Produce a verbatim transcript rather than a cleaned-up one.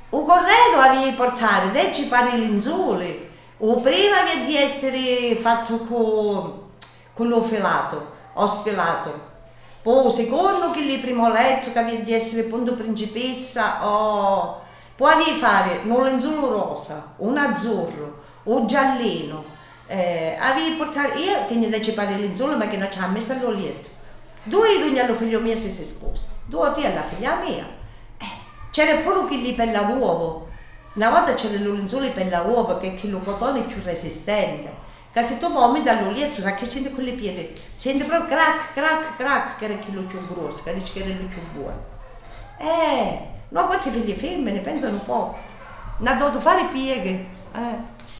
un corredo avevi portato dieci pari di lenzuoli, o prima di essere fatto con quello filato, o sfilato. Poi secondo che il primo letto che avevi di essere appunto principessa, o poi avevi fare un lenzuolo rosa, un azzurro, un giallino. Eh, avevi portato, io tengo dieci pari di lenzuoli ma che non ci ha messo all'olietto. Due di ogni figlio mio si sposa, due di alla figlia mia. C'era pure quelli per l'uovo, una volta c'era il lenzuolo per l'uovo che è quello cotone più resistente, che se tu muovi dall'olietto sa che senti quelle piede, senti proprio crack, crack, crack, che era quello più grosso, che dice che era il più buono. Eh, no, poi i figli femmine pensano un po', non ha dovuto fare pieghe, eh.